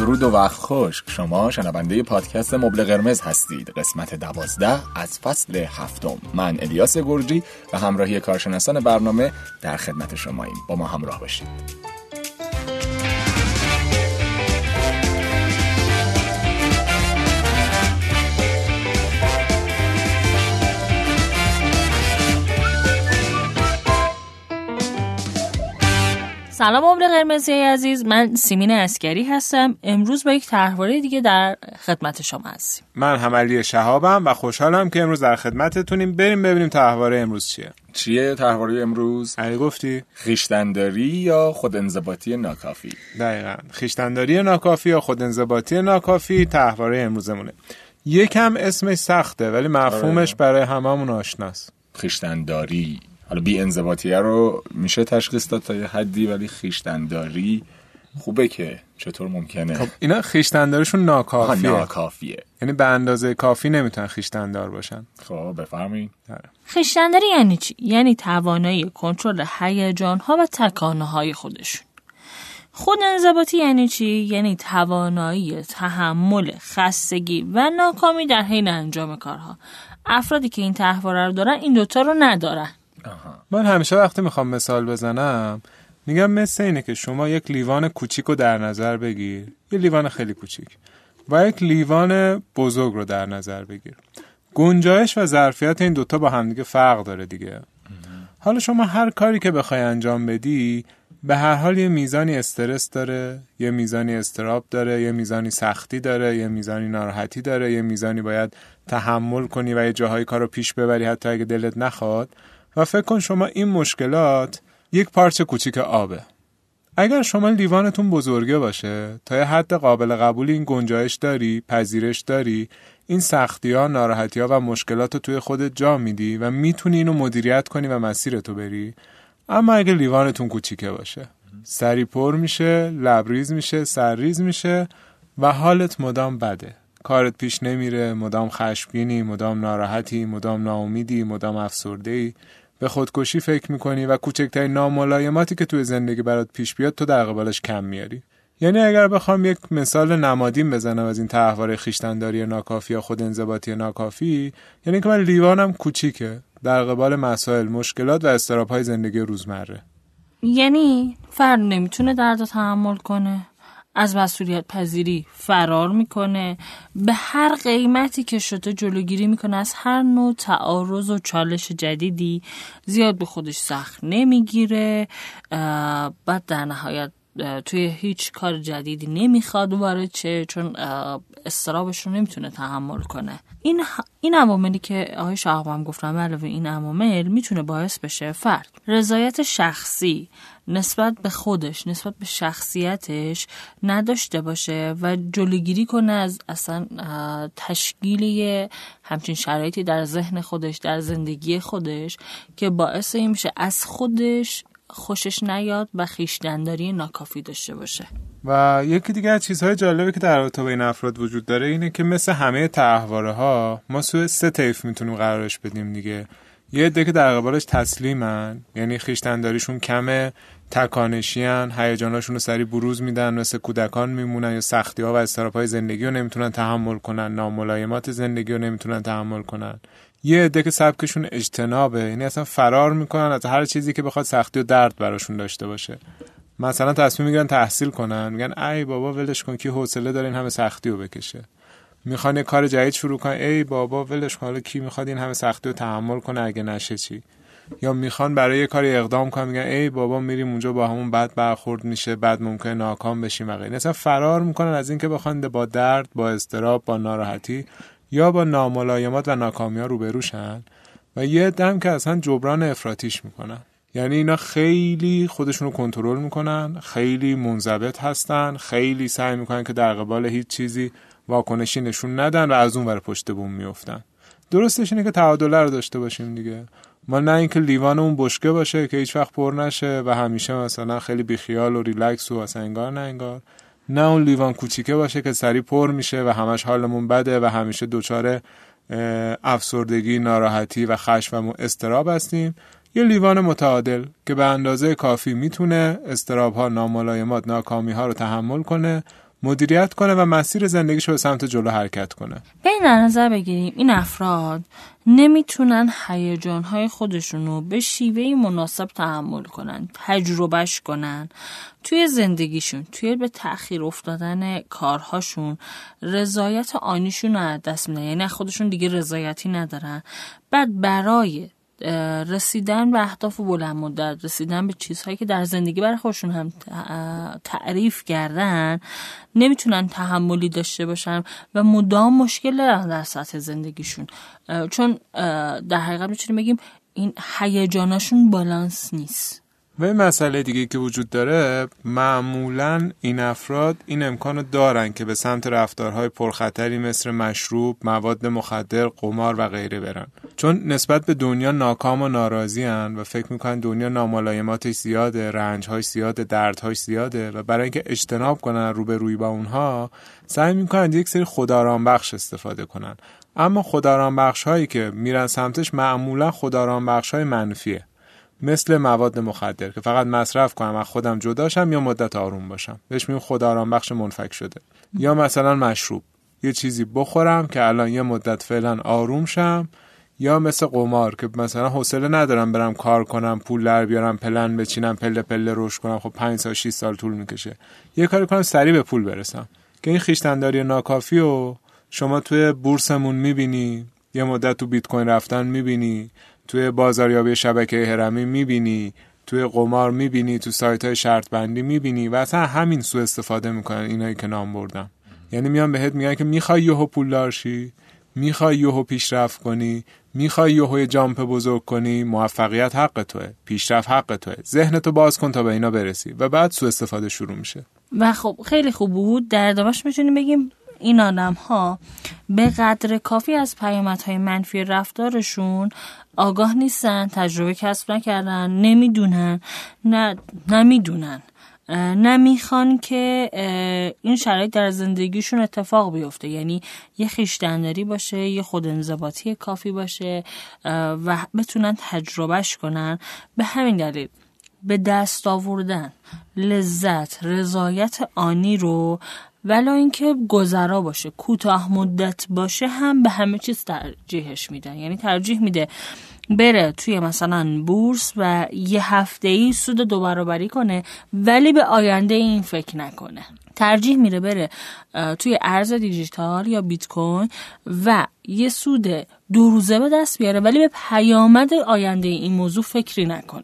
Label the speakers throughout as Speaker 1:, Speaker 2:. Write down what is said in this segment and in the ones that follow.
Speaker 1: درود و وقت خوش. شما شنونده پادکست مبل قرمز هستید. قسمت 12 از فصل 7. من الیاس گرجی و همراهی کارشناسان برنامه در خدمت شماییم. با ما همراه باشید.
Speaker 2: سلام مبل قرمزی عزیز، من سیمین عسکری هستم. امروز با یک طرحواره دیگه در خدمت شما هستیم.
Speaker 3: من حملی شهابم و خوشحالم که امروز در خدمتتونیم. بریم ببینیم طرحواره امروز چیه
Speaker 1: طرحواره امروز؟
Speaker 3: اگه گفتی
Speaker 1: خویشتن‌داری یا خودانضباطی ناکافی؟
Speaker 3: دقیقاً، خویشتن‌داری ناکافی یا خودانضباطی ناکافی طرحواره امروزمونه. یکم اسمش سخته ولی مفهومش برای هممون آشناست.
Speaker 1: خویشتن‌داری، حالا بی انضباطیه رو میشه تشخیص داد تا یه حدی، ولی خویشتن‌داری خوبه که چطور ممکنه؟
Speaker 3: خب اینا خویشتن‌داریشون
Speaker 1: ناکافیه.
Speaker 3: یعنی به اندازه کافی نمیتونن خویشتن‌دار باشن.
Speaker 1: خب بفرمایید.
Speaker 2: خویشتن‌داری یعنی چی؟ یعنی توانایی کنترل هیجان‌ها و تکانه‌های خودشون. خودانضباطی یعنی چی؟ یعنی توانایی تحمل خستگی و ناکامی در حین انجام کارها. افرادی که این طرحواره رو دارن این دوتا رو ندارن.
Speaker 3: من همیشه وقتی میخوام مثال بزنم میگم مثل اینه که شما یک لیوان کوچیک رو در نظر بگیر، یه لیوان خیلی کوچیک، و یک لیوان بزرگ رو در نظر بگیر. گنجایش و ظرفیت این دوتا با همدیگه فرق داره دیگه. حالا شما هر کاری که بخوای انجام بدی به هر حال یه میزانی استرس داره، یه میزانی اضطراب داره، یه میزانی سختی داره، یه میزانی ناراحتی داره، یه میزانی باید تحمل کنی و یه جاهای کارو پیش ببری حتی اگه دلت نخواد. و فکر کن شما این مشکلات یک پارچه کوچیک آبه. اگر شما لیوانتون بزرگه باشه، تا یه حد قابل قبول این گنجایش داری، پذیرش داری، این سختی‌ها، ناراحتی‌ها و مشکلات رو توی خودت جا میدی و میتونی اینو مدیریت کنی و مسیرتو بری. اما اگه لیوانتون کوچیکه باشه، سری پر میشه، لبریز میشه، سرریز میشه و حالت مدام بده. کارت پیش نمیره، مدام خشمگینی، مدام ناراحتی، مدام ناامیدی، مدام افسرده‌ای، به خودکشی فکر میکنی و کوچکترین ناملایماتی که توی زندگی برات پیش بیاد تو در قبالش کم میاری. یعنی اگر بخوام یک مثال نمادین بزنم از این طرحواره خویشتن‌داری ناکافی یا خودانضباطی ناکافی، یعنی که من لیوانم کوچیکه در قبال مسائل، مشکلات و اضطراب‌های زندگی روزمره.
Speaker 2: یعنی فرد نمیتونه درد تحمل کنه، از مسئولیت پذیری فرار میکنه، به هر قیمتی که شده جلوگیری میکنه از هر نوع تعارض و چالش جدیدی، زیاد به خودش سخت نمیگیره، بعد در نهایت توی هیچ کار جدیدی نمیخواد وارد شه چون اضطرابش رو نمیتونه تحمل کنه. این عواملی که آقای شهابم گفتن علاوه این عوامل میتونه باعث بشه فرد رضایت شخصی نسبت به خودش، نسبت به شخصیتش نداشته باشه و جلوگیری کنه از اصلا تشکیل همچین شرایطی در ذهن خودش، در زندگی خودش، که باعث این میشه از خودش خوشش نیاد و خویشتن‌داری ناکافی داشته باشه.
Speaker 3: و یکی دیگه از چیزهای جالبی که در رابطه با این افراد وجود داره اینه که مثل همه طرحواره‌ها ما سوی 3 طیف میتونیم قرارش بدیم دیگه. یه عده که در قبالش تسلیمن، یعنی خویشتن‌داریشون کمه، تکانشیان، هیجاناشون رو سریع بروز میدن، مثل کودکان میمونن یا سختی‌ها و اضطراب‌های زندگی رو نمیتونن تحمل کنن، ناملایمات زندگی رو نمیتونن تحمل کنن. یه عده که سبکشون اجتنابه، یعنی اصلا فرار میکنن از هر چیزی که بخواد سختی و درد براشون داشته باشه. مثلا تصمیم میگیرن تحصیل کنن، میگن ای بابا ولش کن، کی حوصله داره این همه سختی رو بکشه. میخوان یه کار جدید شروع کنن، ای بابا ولش کن، حالا کی میخواد این همه سختی رو تحمل کنه اگه نشه چی. یا میخوان برای یه کاری اقدام کنن، میگن ای بابا میریم اونجا با همون بد برخورد میشه، بعد ممکنه ناکام بشیم و غیره. اصلا فرار میکنن از این که بخوان با درد، با اضطراب، با ناراحتی یا با ناملایمات و ناکامی‌ها روبروشن. و یه دم که اصلا جبران افراطیش میکنن، یعنی اینا خیلی خودشونو کنترل میکنن، خیلی منضبط هستن، خیلی سعی میکنن که در قبال هیچ چیزی واکنشی نشون ندن و از اون ور پشت بوم میافتن. درستش اینه که تعادل رو داشته باشیم دیگه. ما نه اینکه لیوانمون بشکه باشه که هیچ وقت پر نشه و همیشه مثلا خیلی بیخیال و ریلکس و اصلا انگار نه انگار، نه اون لیوان کوچیکه باشه که سریع پر میشه و همش حالمون بده و همیشه دچار افسردگی، ناراحتی و خشم و اضطراب هستیم. یه لیوان متعادل که به اندازه کافی میتونه اضطراب‌ها، ناملایمات، ناکامی‌ها رو تحمل کنه مدیریت کنه و مسیر زندگیشو به سمت جلو حرکت کنه.
Speaker 2: ببین در نظر بگیریم این افراد نمیتونن هیجانهای خودشونو به شیوهی مناسب تحمل کنن، تجربهش کنن توی زندگیشون، توی به تأخیر افتادن کارهاشون رضایت آنیشون رو از دست میدن، یعنی خودشون دیگه رضایتی ندارن. بعد برای رسیدن به اهداف بلند مدت، رسیدن به چیزهایی که در زندگی برای خودشون هم تعریف کردن، نمیتونن تحملی داشته باشن و مدام مشکل دارن در سطح زندگیشون، چون در حقیقت میتونیم بگیم این هیجاناشون بالانس نیست.
Speaker 3: و این مسئله دیگه که وجود داره، معمولاً این افراد این امکانو دارن که به سمت رفتارهای پرخطری مثل مشروب، مواد مخدر، قمار و غیره برن، چون نسبت به دنیا ناکام و ناراضی هن و فکر میکنن دنیا ناملایماتش زیاده، رنج‌هاش زیاده، دردهاش زیاده و برای اینکه اجتناب کنن روبرویی با اونها سعی میکنن یک سری خودآرام بخش استفاده کنن. اما خودآرام بخش هایی که میرن سمتش معمولاً خودآرام بخش های منفیه، مثل مواد مخدر که فقط مصرف کنم و خودم جداشم یا مدت آروم باشم، بهش میگم خودآرام بخش منفک شده. یا مثلا مشروب، یه چیزی بخورم که الان یه مدت فعلا آروم شم. یا مثل قمار که مثلا حوصله ندارم برم کار کنم، پول در بیارم، پلن بچینم، پله پله رشد کنم، خب 5 سال 6 سال طول میکشه. یه کاری کنم سریع به پول برسم، که این خویشتن‌داری ناکافی و شما توی بورسمون میبینی، یه مدت تو بیت کوین رفتن میبینی، توی بازاریابی شبکه هرمی میبینی، توی قمار میبینی، تو سایت‌های شرط بندی میبینی و اصلا همین سوء استفاده میکنن اینایی که نام بردم. یعنی میان بهت میگن که میخوای یهو پولدار شی، میخوای یهو پیشرفت کنی، میخوای یهو جامپ بزرگ کنی، موفقیت حق توئه، پیشرفت حق توئه، ذهنتو باز کن تا به اینا برسی و بعد سوء استفاده شروع میشه. و
Speaker 2: خب خیلی خوب بود. در ادامهش میتونیم بگیم این آدم ها به قدر کافی از پیامدهای منفی رفتارشون آگاه نیستن، تجربه کسب نکردن، نمیدونن، نمیخوان که این شرایط در زندگیشون اتفاق بیفته، یعنی یه خویشتن‌داری باشه، یه خودانضباطی کافی باشه و بتونن تجربهش کنن. به همین دلیل به دست آوردن لذت، رضایت آنی رو ولی اینکه گذرا باشه، کوتاه مدت باشه، هم به همه چیز ترجیحش میدن. یعنی ترجیح میده بره توی مثلا بورس و یه هفته‌ای سود 2 برابری کنه ولی به آینده این فکر نکنه. ترجیح میره بره توی ارز دیجیتال یا بیت کوین و یه سود 2 روزه به دست بیاره ولی به پیامد آینده این موضوع فکری نکنه.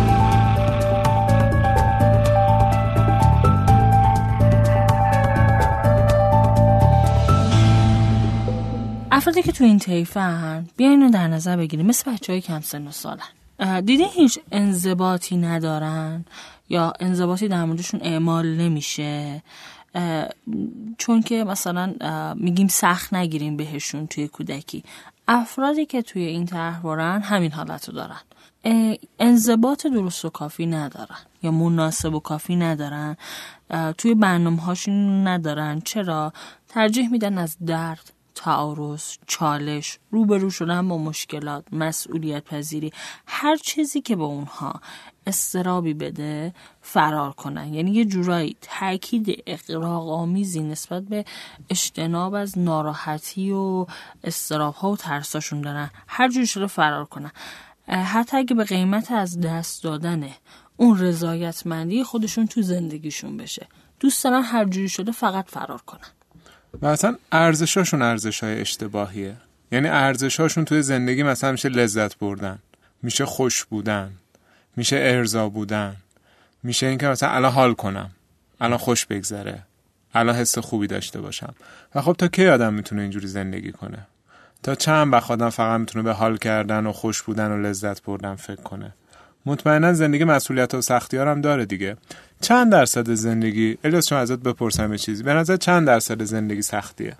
Speaker 2: افرادی که تو این طیفه هن بیاین رو در نظر بگیریم، مثل بچه‌های کم سن و سالن. دیدین هیچ انضباطی ندارن یا انضباطی در موردشون اعمال نمیشه، چون که مثلا میگیم سخت نگیریم بهشون توی کودکی. افرادی که توی این طرحوارن همین حالت رو دارن، انضباط درست و کافی ندارن یا مناسب و کافی ندارن، توی برنامه هاشون ندارن. چرا؟ ترجیح میدن از درد، تعارض، چالش، روبرو شدن با مشکلات، مسئولیت پذیری، هر چیزی که به اونها استرابی بده فرار کنن. یعنی یه جورایی تاکید اغراق‌آمیزی نسبت به اجتناب از ناراحتی و استراب‌ها و ترساشون دارن، هر جوری شده فرار کنن، حتی اگه به قیمت از دست دادن اون رضایتمندی خودشون تو زندگیشون بشه. دوست دارن هر جوری شده فقط فرار کنن.
Speaker 3: و اصلا ارزشاشون ارزشای اشتباهیه. یعنی ارزشاشون توی زندگی مثلا میشه لذت بردن، میشه خوش بودن، میشه ارضا بودن، میشه اینکه مثلا الان حال کنم، الان خوش بگذره، الان حس خوبی داشته باشم. و خب تا کی آدم میتونه اینجوری زندگی کنه؟ تا چند وقت آدم فقط میتونه به حال کردن و خوش بودن و لذت بردن فکر کنه؟ مطمئنا زندگی مسئولیت و سختی‌ها هم داره دیگه. چند درصد زندگی، الیاس چون ازت بپرسم یه چیزی، به نظر چند درصد زندگی سختیه؟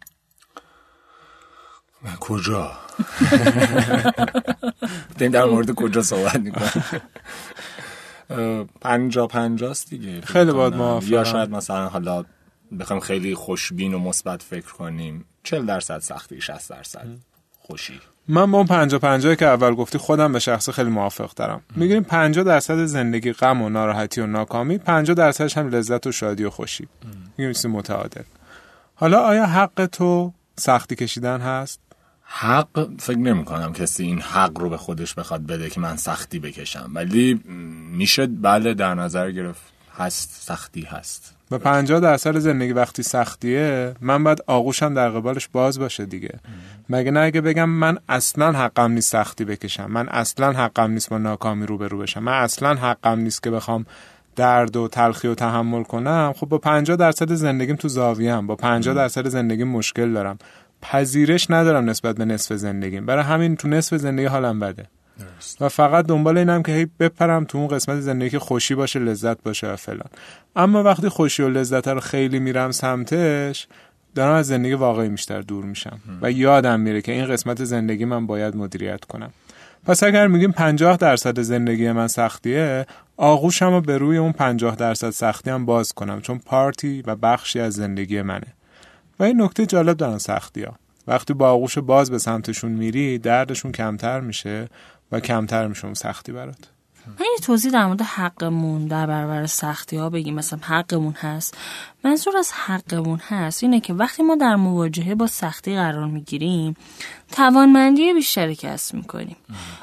Speaker 1: کجا؟ در مورد کجا صحبت میکنم؟ 50-50 است دیگه.
Speaker 3: خیلی باید موافقم.
Speaker 1: یا شاید مثلا حالا بخوایم خیلی خوشبین و مثبت فکر کنیم 40% سختی، 60% خوشی.
Speaker 3: من با اون 50-50 که اول گفتی خودم به شخص خیلی موافق دارم. میگیم 50% زندگی غم و ناراحتی و ناکامی، 50% هم لذت و شادی و خوشی. میگیم چیز متعادل. حالا آیا حق تو سختی کشیدن هست؟
Speaker 1: حق فکر نمی کنم کسی این حق رو به خودش بخواد بده که من سختی بکشم، ولی میشه بله در نظر گرفت هست، سختی هست.
Speaker 3: و 50% زندگی وقتی سختیه، من باید آغوشم در قبالش باز باشه دیگه. مگه نه اگه بگم من اصلا حقم نیست سختی بکشم، من اصلا حقم نیست با ناکامی روبرو بشم، من اصلا حقم نیست که بخوام درد و تلخی و تحمل کنم، خب با 50% زندگیم تو زاویه‌ام، با 50% زندگیم مشکل دارم، پذیرش ندارم نسبت به نصف زندگیم، برای همین تو نصف زندگی حالم بده و فقط دنبال اینم که هی بپرم تو اون قسمت زندگی که خوشی باشه، لذت باشه و فلان. اما وقتی خوشی و لذت رو خیلی میرم سمتش، دارم از زندگی واقعی بیشتر دور میشم و یادم میره که این قسمت زندگی من باید مدیریت کنم. پس اگر میگیم 50% زندگی من سختیه، آغوشم رو به روی اون 50% سختی هم باز کنم، چون پارتی و بخشی از زندگی منه. و این نکته جالب دارن سختی‌ها، وقتی با آغوش باز به سمتشون میری، دردشون کمتر میشه و کمتر میشه اون سختی برات.
Speaker 2: من یه توضیح در مورد حقمون در برابر سختی ها بگیم. مثلا حقمون هست، منظور از حقمون هست اینه که وقتی ما در مواجهه با سختی قرار میگیریم، توانمندی بیشتری کسب میکنیم،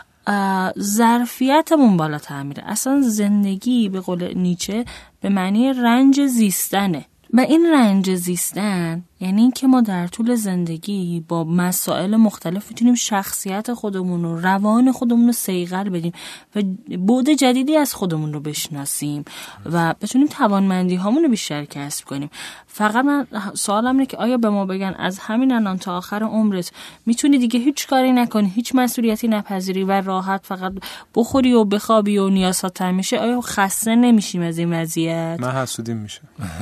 Speaker 2: ظرفیتمون بالاتر میره. اصلا زندگی به قول نیچه به معنی رنج زیستنه و این رنج زیستن یعنی این که ما در طول زندگی با مسائل مختلف میتونیم شخصیت خودمون و روان خودمون رو صیقل بدیم و بعد جدیدی از خودمون رو بشناسیم و بتونیم توانمندی هامون رو بیشتر کسب کنیم. فقط من سوالم اینه که آیا به ما بگن از همین الان تا آخر عمرت میتونی دیگه هیچ کاری نکنی، هیچ مسئولیتی نپذیری و راحت فقط بخوری و بخوابی و نیازات تامین میشه، آیا خسته نمیشیم از این وضعیت؟
Speaker 3: من حسودیم میشه.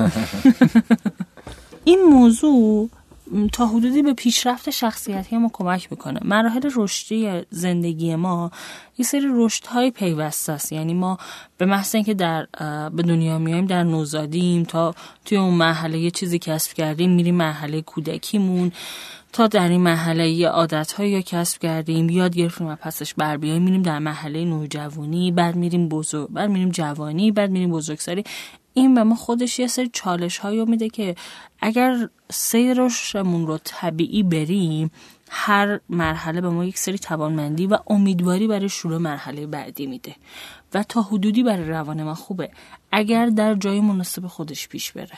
Speaker 2: این موضوع تا حدودی به پیشرفت شخصیتی ما کمک میکنه. مراحل رشدی زندگی ما یه سری رشدهای پیوسته است، یعنی ما به محض اینکه به دنیا میایم در نوزادیم تا توی اون مرحله یه چیزی کسب کردیم میریم مرحله کودکیمون، تا در این مرحله یه عادت‌هایی کسب کردیم یاد گرفتیم و پسش بر بیاییم میریم در مرحله نوجوانی، بعد میریم بعد میریم جوانی، بعد میریم بزرگسالی. این به ما خودش یه سری چالش‌هایی میده که اگر سیرشمون رو طبیعی بریم، هر مرحله به ما یک سری توانمندی و امیدواری برای شروع مرحله بعدی میده و تا حدودی برای روان ما خوبه اگر در جای مناسب خودش پیش بره.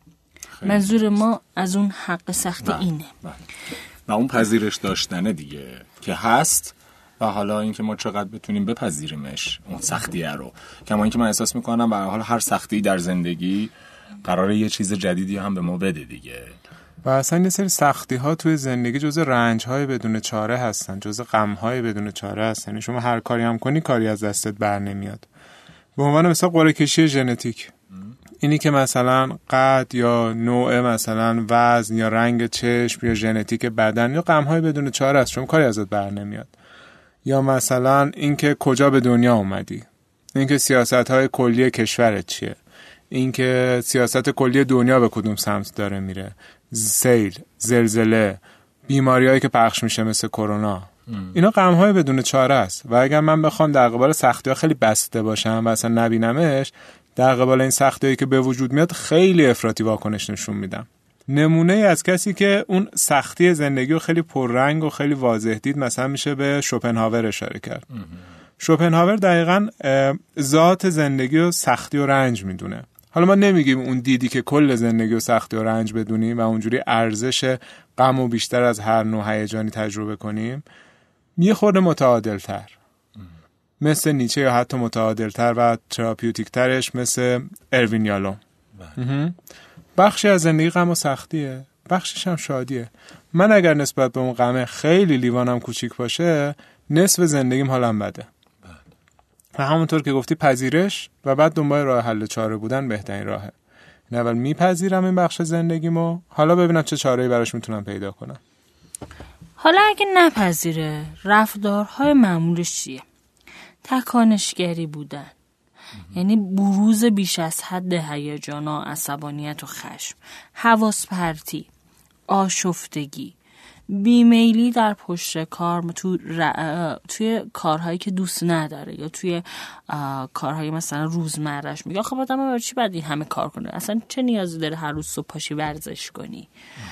Speaker 2: منظور ما از اون حق سختی اینه
Speaker 1: و اون پذیرش داشتنه دیگه که هست و حالا اینکه ما چقدر بتونیم بپذیریمش اون سختیه رو. کما اینکه من احساس میکنم به هر حال هر سختی در زندگی قراره یه چیز جدیدی هم به ما بده دیگه.
Speaker 3: و اصلا یه سری سختی ها توی زندگی جزء رنج های بدون چاره هستن، جزء غم های بدون چاره هستن. شما هر کاری هم کنی کاری از دستت بر نمیاد. به عنوان مثلا قرعه کشی ژنتیک، اینی که مثلا قد یا نوع مثلا وزن یا رنگ چشم یا ژنتیک بدن یا غم های بدون چاره است، چون کاری ازت بر نمیاد. یا مثلا اینکه کجا به دنیا اومدی، اینکه سیاست‌های کلی کشورت چیه، اینکه سیاست کلی دنیا به کدوم سمت داره میره، سیل، زلزله، بیماریایی که پخش میشه مثل کرونا، اینا غم‌های بدون چاره است. و اگر من بخوام در قبال سختی‌ها خیلی بسته باشم و اصلا نبینمش، در قبال این سختی‌هایی که به وجود میاد خیلی افراطی واکنش نشون میدم. نمونه از کسی که اون سختی زندگی رو خیلی پررنگ و خیلی واضح دید مثلا میشه به شوپنهاور اشاره کرد. شوپنهاور دقیقاً ذات زندگی و سختی و رنج میدونه. حالا ما نمیگیم اون دیدی که کل زندگی و سختی و رنج بدونیم و اونجوری ارزش غم و بیشتر از هر نوع هیجانی تجربه کنیم، یه خورده متعادل‌تر مثل نیچه یا حتی متعادل‌تر و تراپیوتیک‌ترش مثل اروین یالوم. بخشی از زندگی غم و سختیه، بخشش هم شادیه. من اگر نسبت به اون غم خیلی لیوانم کوچیک باشه، نصف زندگیم حالم بده. و همونطور که گفتی پذیرش و بعد دنبال راه حل چاره بودن بهترین راهه. این اول میپذیرم این بخش زندگیمو، حالا ببینم چه چاره‌ای براش میتونم پیدا کنم.
Speaker 2: حالا اگه نپذیره، رفتارهای معمولش چیه؟ تکانشگری بودن، یعنی بروز بیش از حد هیجانا، عصبانیت و خشم، حواس پرتی، آشفتگی، بیمیلی در پشت کار، توی کارهایی که دوست نداره یا توی کارهای مثلا روزمرهش میگه خب آدم برای چی باید این همه کار کنه، اصلا چه نیازی داره هر روز صبح پاشی ورزش کنی.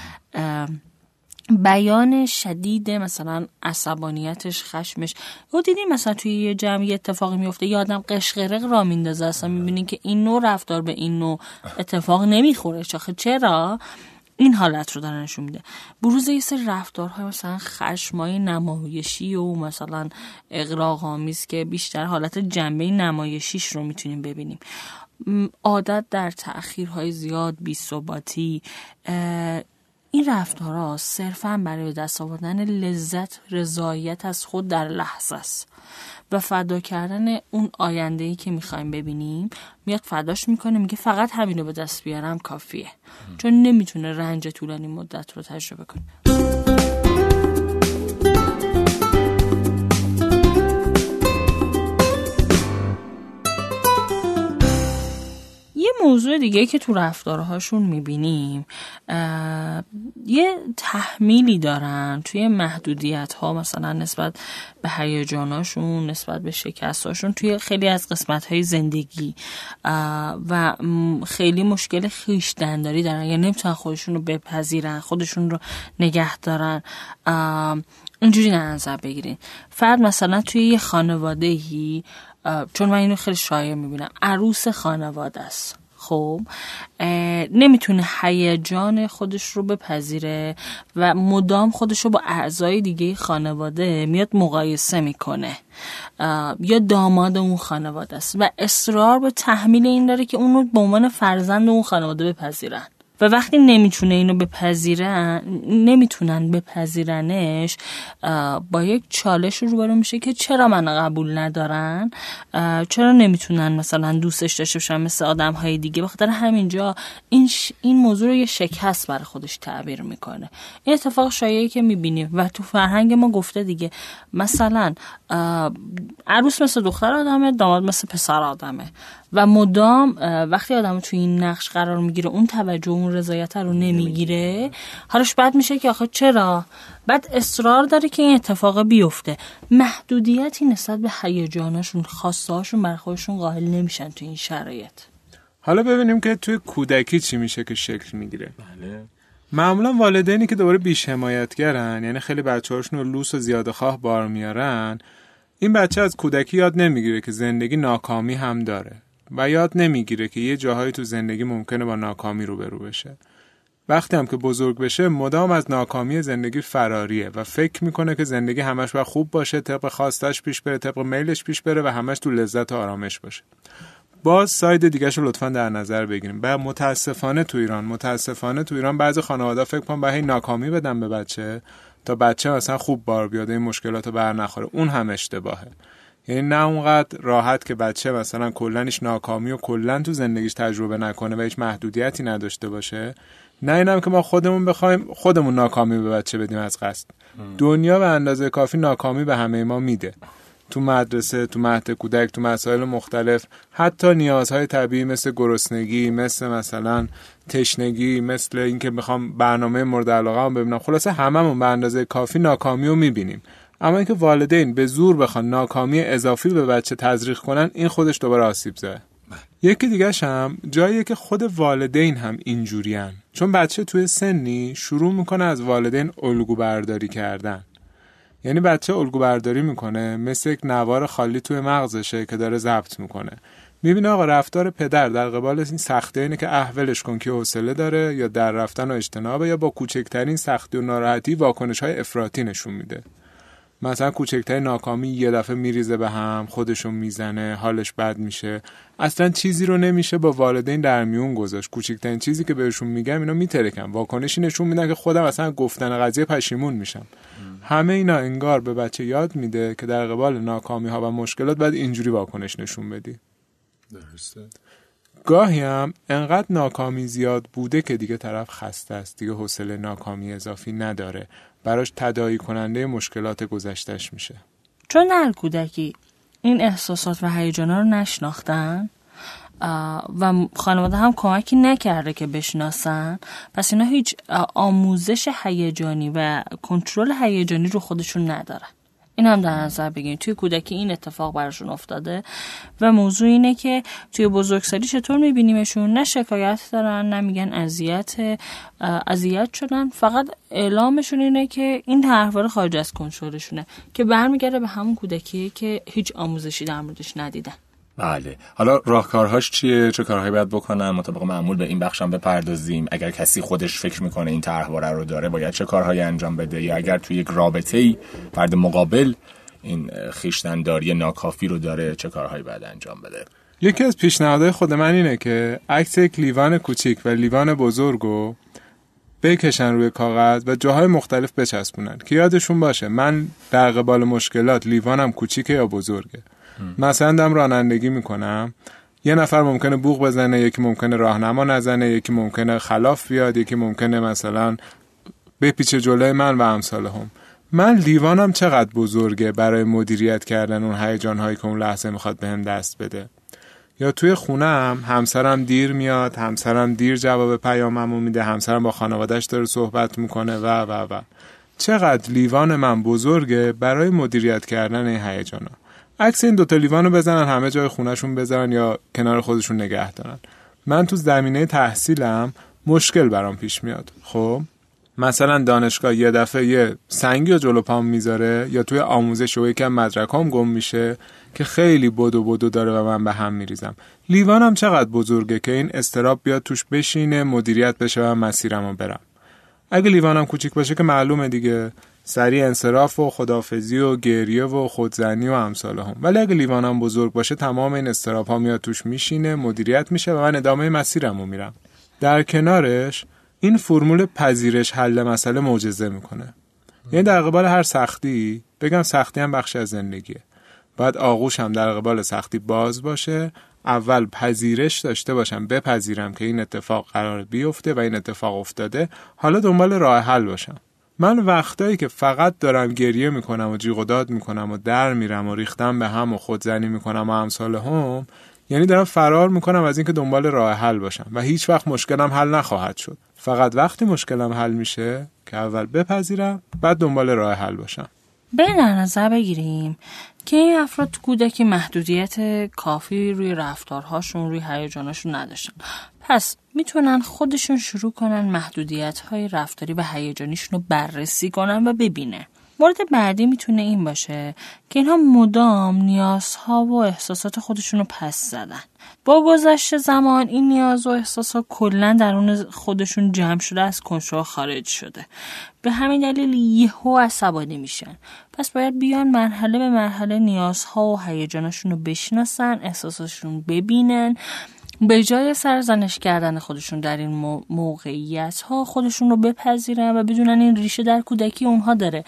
Speaker 2: بیان شدید مثلا عصبانیتش، خشمش. و دیدی مثلا توی یه جمعی اتفاقی میفته یه آدم قشقرق را میندازه، اصلا میبینین که این نوع رفتار به این نوع اتفاق نمیخوره. چرا؟ این حالت رو داره نشون میده. بروز یه سری رفتارهای مثلا خشمای نمایشی و مثلا اغراق‌آمیز که بیشتر حالت جنبه نمایشیش رو میتونیم ببینیم. عادت در تأخیرهای زیاد، بی‌ثباتی. این رفتارها صرفاً برای دست آوردن لذت، رضایت از خود در لحظه است و فدا کردن اون آینده‌ای که می‌خوایم ببینیم. میاد فداش میکنه، میگه فقط همین رو به دست بیارم کافیه، چون نمیتونه رنج طولانی مدت رو تجربه کنه. یه موضوع دیگه که تو رفتارهاشون میبینیم، یه تحمیلی دارن توی محدودیت‌ها، مثلا نسبت به هیجاناشون، نسبت به شکستاشون توی خیلی از قسمت‌های زندگی و خیلی مشکل خویشتن‌داری دارن، یعنی نمیتونن خودشون رو بپذیرن، خودشون رو نگه دارن. اینجوری در نظر بگیرین فرد مثلا توی یه خانواده‌ای، چون من اینو خیلی شایع میبینم، عروس خانواده است، خب نمیتونه هیجان خودش رو بپذیره و مدام خودش رو با اعضای دیگه خانواده میاد مقایسه میکنه، یا داماد اون خانواده است و اصرار به تحمیل این داره که اون رو به عنوان فرزند اون خانواده بپذیرن. و وقتی نمیتونن بپذیرنش، با یک چالش روبرو میشه که چرا من قبول ندارن، چرا نمیتونن مثلا دوستش داشته باشن مثل آدم های دیگه. بخاطر همینجا این موضوع رو یه شکست برای خودش تعبیر میکنه. این اتفاق شایعی که میبینیم و تو فرهنگ ما گفته دیگه، مثلا عروس مثل دختر آدمه، داماد مثل پسر آدمه و مدام وقتی آدم توی این نقش قرار میگیره، اون توجه، اون رضایت رو نمیگیره، حالش بد میشه که آخه چرا؟ بعد اصرار داره که این اتفاق بیفته. محدودیتی نسبت به هیجاناشون، خواستهاشون برای خودشون قائل نمیشن توی این شرایط.
Speaker 3: حالا ببینیم که توی کودکی چی میشه که شکل میگیره.
Speaker 1: بله.
Speaker 3: معمولا والدینی که دوباره بیش حمایتگرن، یعنی خیلی بچه‌هاشون رو لوس و زیادخواه بار میارن، این بچه از کودکی یاد نمیگیره که زندگی ناکامی هم داره و یاد نمیگیره که یه جاهایی تو زندگی ممکنه با ناکامی روبرو بشه. وقتی هم که بزرگ بشه، مدام از ناکامی زندگی فراریه و فکر میکنه که زندگی همش باید خوب باشه، طبق خواستش پیش بره، طبق میلش پیش بره و همش تو لذت و آرامش باشه. باز ساید دیگه‌ش رو لطفاً در نظر بگیریم. بعد متاسفانه تو ایران بعضی خانواده‌ها فکر کنن باید ناکامی بدن به بچه تا بچه مثلا خوب بار بیاد، این مشکلات رو بر نخوره. اون هم اشتباهه. یعنی نه اونقدر راحت که بچه مثلا کلنش ناکامی و کلن تو زندگیش تجربه نکنه و هیچ محدودیتی نداشته باشه، نه اینم که ما خودمون بخوایم خودمون ناکامی به بچه بدیم از قصد. دنیا به اندازه کافی ناکامی به همه ما میده، تو مدرسه، تو مهد کودک، تو مسائل مختلف، حتی نیازهای طبیعی مثل گرسنگی، مثلا تشنگی، مثل اینکه بخوام برنامه مورد علاقه‌ام ببینم. خلاصه هممون به اندازه کافی ناکامی رو میبینیم. اما اینکه والدین به زور بخوان ناکامی اضافی به بچه تزریق کنن، این خودش دوباره آسیب زده. یکی دیگه‌ش هم جاییه که خود والدین هم اینجورین، چون بچه توی سنی شروع میکنه از والدین الگو برداری کردن. یعنی بچه الگو برداری میکنه، مثل یک نوار خالی توی مغزشه که داره ضبط میکنه. میبینه آقا رفتار پدر در قبال این سختی اینه که احولش کن که حوصله داره، یا در رفتن و اجتنابه، یا با کوچکترین سختی و ناراحتی واکنش‌های افراطی نشون میده. مثلا کوچکترین ناکامی یه دفعه میریزه به هم، خودشو میزنه، حالش بد میشه. اصلا چیزی رو نمیشه با والدین در میون گذاشت. کوچکترین چیزی که بهشون میگم اینا میترکن، واکنشی نشون میدن که خودم اصلا گفتن قضیه پشیمون میشم. همه اینا انگار به بچه یاد میده که در قبال ناکامی ها و مشکلات باید اینجوری واکنش نشون بدی.
Speaker 1: درسته.
Speaker 3: گاهی هم انقدر ناکامی زیاد بوده که دیگه طرف خسته است، دیگه حوصله ناکامی اضافی نداره، براش تداعی کننده مشکلات گذشتهش میشه.
Speaker 2: چون در کودکی این احساسات و هیجانا رو نشناختن، و خانواده هم کمکی نکرده که بشناسن، پس اینا هیچ آموزش هیجانی و کنترل هیجانی رو خودشون ندارن. این هم در نظر بگیرید. توی کودکی این اتفاق براشون افتاده و موضوع اینه که توی بزرگسالی چطور میبینیمشون، نه شکایت دارن نه میگن اذیت شدن، فقط اعلامشون اینه که این طرحواره خارج از کنترلشونه که برمیگرده به همون کودکیه که هیچ آموزشی در موردش ندیدن.
Speaker 1: بله، حالا راهکارهاش چیه؟ چه کارهایی باید بکنن؟ مطابق معمول به این بخشم بپردازیم. اگر کسی خودش فکر میکنه این طرحواره رو داره باید چه کارهایی انجام بده، یا اگر توی یک رابطه‌ای فرد مقابل این خویشتن‌داری ناکافی رو داره چه کارهایی باید انجام بده؟
Speaker 3: یکی از پیشنهادهای خود من اینه که عکس یک لیوان کوچیک و لیوان بزرگو بکشن روی کاغذ و جاهای مختلف بچسبونن که یادشون باشه من در قبال مشکلات لیوانم کوچیکه یا بزرگه. مثلا دارم رانندگی میکنم، یه نفر ممکنه بوق بزنه، یکی ممکنه راهنما نزنه، یکی ممکنه خلاف بیاد، یکی ممکنه مثلا بپیچه جلوی من و امثالهم. من لیوانم چقدر بزرگه برای مدیریت کردن اون هیجان‌هایی که اون لحظه میخواد بهم دست بده. یا توی خونه‌ام همسرم دیر میاد، همسرم دیر جواب پیاممو میده، همسرم با خانواده‌اش داره صحبت میکنه و چقدر لیوان من بزرگه برای مدیریت کردن این هیجانا. عکس این دوتا لیوانو بزنن همه جای خونه‌شون بذارن یا کنار خودشون نگه دارن. من تو زمینه تحصیلم مشکل برام پیش میاد. خب مثلا دانشگاه یه دفعه یه سنگی رو جلو پام میذاره، یا توی آموزش و یکم مدرکام گم میشه که خیلی بدو داره و من به هم میریزم. لیوانم چقدر بزرگه که این استراب بیاد توش بشینه، مدیریت بشه و مسیرمو برم. اگه لیوانم کوچیک باشه که معلومه دیگه، سریع انصراف و خدافزی و گریه و خودزنی و امثالهم. ولی اگه لیوانم بزرگ باشه تمام این استراب ها میاد توش میشینه، مدیریت میشه و من ادامه مسیرمو میرم. در کنارش این فرمول پذیرش حل مسئله معجزه میکنه. یعنی در قبال هر سختی بگم سختی هم بخشی از زندگیه، باید آغوش هم در قبال سختی باز باشه. اول پذیرش داشته باشم، بپذیرم که این اتفاق قرار بیفته و این اتفاق افتاده، حالا دنبال راه حل باشم. من وقتایی که فقط دارم گریه میکنم و جیغ و داد میکنم و در میرم و ریختم به هم و خودزنی میکنم و امثالهم، یعنی دارم فرار میکنم از اینکه دنبال راه حل باشم و هیچ وقت مشکلم حل نخواهد شد. فقط وقتی مشکلم حل میشه که اول بپذیرم بعد دنبال راه حل باشم.
Speaker 2: در نظر بگیریم که این افراد تو کودکی محدودیت کافی روی رفتارهاشون، روی هیجاناشون نداشتن، پس میتونن خودشون شروع کنن محدودیت‌های رفتاری و هیجانیشون رو بررسی کنن و ببینن. مورد بعدی میتونه این باشه که اینها مدام نیازها و احساسات خودشون رو پس زدن. با گذشت زمان این نیاز و احساسات کلاً درون خودشون جمع شده، از کنترل خارج شده. به همین دلیل یهو عصبانی میشن. پس باید بیان مرحله به مرحله نیازها و هیجاناشون رو بشناسن، احساساشون ببینن، به جای سرزنش کردن خودشون در این موقعیت ها خودشون رو بپذیرن و بدونن این ریشه در کودکی اونها داره.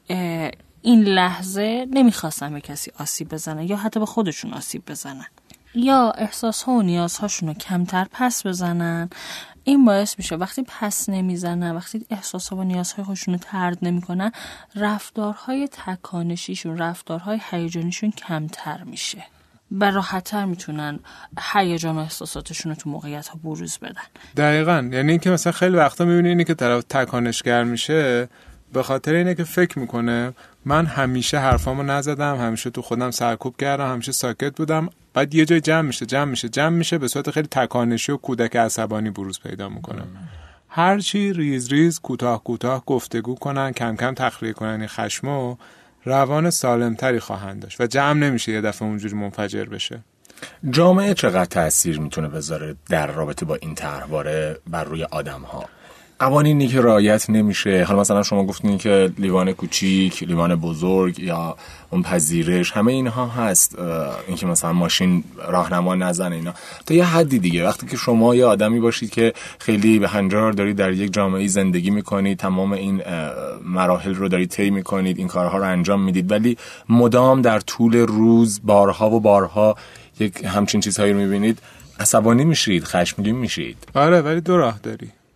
Speaker 2: این لحظه نمیخواستن به کسی آسیب بزنن یا حتی به خودشون آسیب بزنن، یا احساس ها و نیازهاشون رو کمتر پس بزنن. این باعث میشه وقتی پس نمیزنن، وقتی احساس ها و نیازهای خودشون رو طرد نمیکنن، رفتارهای تکانشیشون، رفتارهای هیجانیشون کمتر میشه و راحت‌تر میتونن هیجان و احساساتشون رو تو موقعیت ها بروز بدن.
Speaker 3: دقیقاً. یعنی اینکه مثلا خیلی وقتا میبینی اینی که طرف تکانشگر میشه به خاطر اینه که فکر میکنه من همیشه حرفامو نزدم، همیشه تو خودم سرکوب کردم، همیشه ساکت بودم، بعد یه جای جمع میشه به صورت خیلی تکانشی و کودک عصبانی بروز پیدا میکنه. هرچی ریز کوتاه گفتگو کنن، کم کم تخلیه کنن این خشمو، روان سالمتری خواهند داشت و جمع نمیشه یه دفعه اونجوری منفجر بشه.
Speaker 1: جامعه چقدر تأثیر میتونه بذاره در رابطه با این طرحواره بر روی آدم‌ها؟ قوانینی که رعایت نمیشه، حالا مثلا شما گفتین که لیوان کوچیک، لیوان بزرگ یا اون پذیرش، همه اینها هست. اینکه مثلا ماشین راهنما نزنه، اینا تا یه حدی دیگه. وقتی که شما یه آدمی باشید که خیلی به هنجار دارید در یک جامعه زندگی میکنید، تمام این مراحل رو دارید طی میکنید، این کارها رو انجام میدید، ولی مدام در طول روز بارها یک همچین چیزهایی رو میبینید، عصبانی میشید، خشمگین میشید.
Speaker 3: آره، ولی دو راه داری.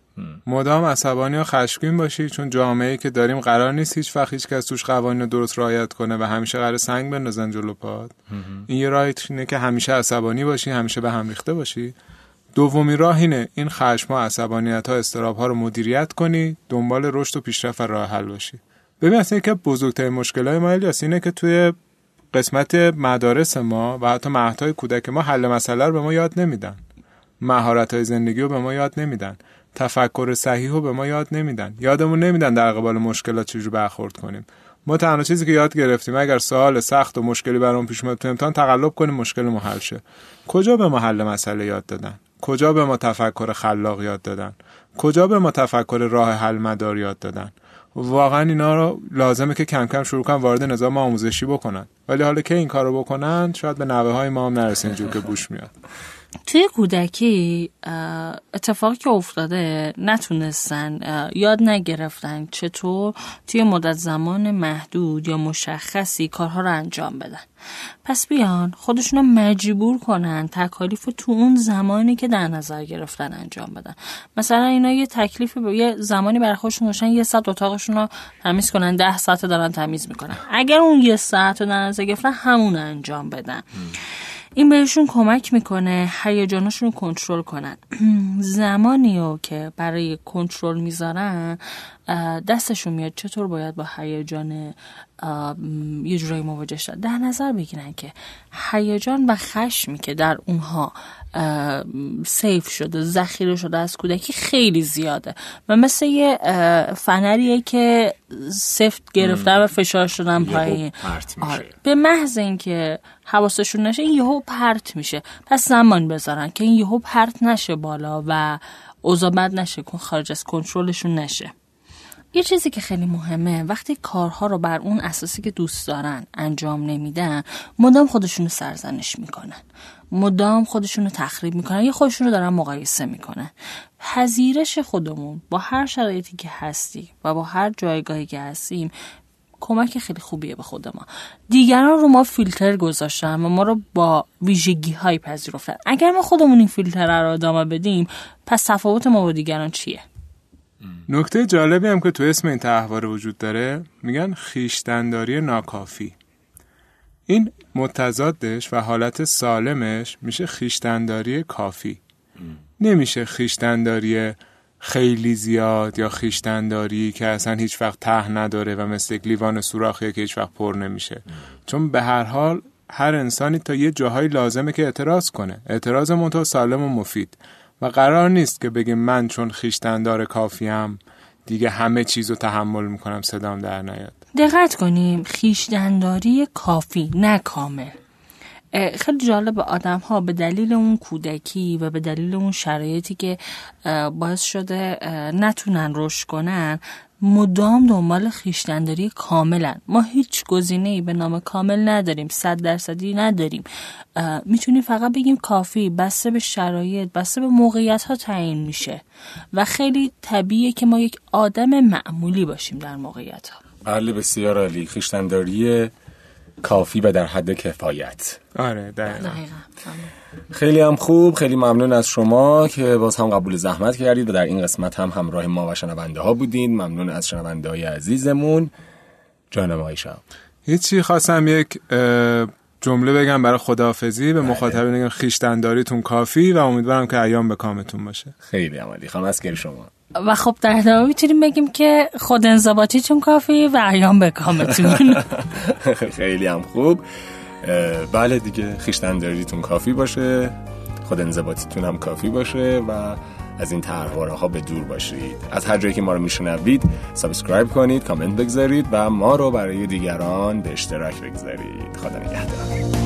Speaker 3: مدام عصبانی و خشمگین باشی، چون جامعه‌ای که داریم قرار نیست هیچ وقت هیچ کس توش قوانین رو درست رعایت کنه و همیشه قرار سنگ بندازن جلو پات. این یه راه اینه که همیشه عصبانی باشی، همیشه به هم ریخته باشی. دومی راه اینه این خشم‌ها، عصبانیت‌ها، اضطراب‌ها رو مدیریت کنی، دنبال رشد و پیشرفت و راه حل باشی. ببین اصلا یکی از بزرگترین مشکلات ما الیاس اینه که توی قسمت مدارس ما و حتی مهدهای کودک ما حل مسئله رو به ما یاد نمیدن. مهارت‌های زندگی رو به ما یاد نمیدن. تفکر صحیح رو به ما یاد نمیدن. یادمون نمیدن در قبال مشکلات چجوری برخورد کنیم. ما تنها چیزی که یاد گرفتیم اگر سوال سخت و مشکلی برام پیش اومد تو امتحان تقلب کنیم مشکل حل شه. کجا به ما حل مسئله یاد دادن؟ کجا به ما تفکر خلاق یاد دادن؟ کجا به ما تفکر راه حل مدار یاد دادن؟ واقعا اینا رو لازمه که کم کم شروع کنن وارد نظام آموزشی بکنن. ولی حالا که این کارو بکنن شاید به نوه‌های ما هم نرسه اینجور که بوش میاد.
Speaker 2: توی کودکی اتفاقی که افتاده نتونستن یاد نگرفتن چطور توی مدت زمان محدود یا مشخصی کارها رو انجام بدن. پس بیان خودشونو مجبور کنن تکالیف تو اون زمانی که در نظر گرفتن انجام بدن. مثلا اینا یه تکلیف یه زمانی برای خودشون داشتن 1 ساعت اتاقشون رو تمیز کنن، 10 ساعت دارن تمیز میکنن. اگر اون 1 ساعت رو در نظر گرفتن همون انجام بدن. این بهشون کمک میکنه هیجاناشون رو کنترل کنن. زمانیو که برای کنترل میذارن دستشون میاد چطور باید با هیجان یه جورایی مواجه شد. در نظر بگیرن که هیجان و خشمی که در اونها سیف شده، ذخیره شده از کودکی خیلی زیاده و مثل یه فنریه که سفت گرفتن و فشار شدن پایین. به محض اینکه حواسشون نشه این یهو پرت میشه. پس زمان بذارن که این یهو پرت نشه بالا و اوضاع بد نشه، خارج از کنترلشون نشه. یه چیزی که خیلی مهمه وقتی کارها رو بر اون اساسی که دوست دارن انجام نمیدن مدام خودشونو سرزنش میکنن، مدام خودشونو تخریب میکنن یا خودشونو دارن مقایسه میکنن. پذیرش خودمون با هر شرایطی که هستی و با هر جایگاهی که هستیم کمک خیلی خوبیه به خود ما. دیگران رو ما فیلتر گذاشتن و ما رو با ویژگی های پذیرفتن. اگر ما خودمون این فیلتر رو ادامه بدیم پس تفاوت ما با دیگران چیه؟
Speaker 3: نکته جالبی هم که تو اسم این تحوار وجود داره، میگن خویشتن‌داری ناکافی. این متضادش و حالت سالمش میشه خویشتن‌داری کافی. نمیشه خویشتن‌داری خیلی زیاد یا خویشتن‌داری که اصلا هیچ وقت ته نداره و مثل یک لیوان سوراخیه که هیچ وقت پر نمیشه. چون به هر حال هر انسانی تا یه جاهای لازمه که اعتراض کنه. اعتراض منتها سالم و مفید. و قرار نیست که بگیم من چون خویشتن‌دار کافیم دیگه همه چیزو تحمل میکنم صدام در نیاد. دقت
Speaker 2: کنیم خویشتن‌داری کافی نه کامل. خیلی جالب آدم ها به دلیل اون کودکی و به دلیل اون شرایطی که باعث شده نتونن رشد کنن مدام دنبال خویشتن‌داری کاملن. ما هیچ گزینه‌ای به نام کامل نداریم، 100% نداریم. میتونیم فقط بگیم کافی، بسته به شرایط، بسته به موقعیت ها تعیین میشه و خیلی طبیعیه که ما یک آدم معمولی باشیم در موقعیت ها.
Speaker 1: بله بسیار عالی. خویشتن‌داری کافی و در حد کفایت.
Speaker 3: آره دقیقاً.
Speaker 1: خیلی هم خوب. خیلی ممنون از شما که باز هم قبول زحمت کردید و در این قسمت هم همراه ما و شنونده ها بودین. ممنون از شنونده های عزیزمون. جانم آیشا.
Speaker 3: هیچی، خواستم یک جمله بگم برای خداحافظی به مخاطبین، بگم خویشتن‌داریتون کافی و امیدوارم که ایام به کامتون باشه.
Speaker 1: خیلی عالی. خانم اسکری شما.
Speaker 2: و خب در ادامه میتونیم بگیم که خود انضباطیتون کافی و ایام به کامتون.
Speaker 1: خیلی هم خوب. بله دیگه، خویشتن‌داریتون کافی باشه، خود انضباطیتون هم کافی باشه و از این طرحواره ها به دور باشید. از هر جایی که ما رو میشنوید سابسکرایب کنید، کامنت بگذارید و ما رو برای دیگران به اشتراک بگذارید. خدا نگهدار.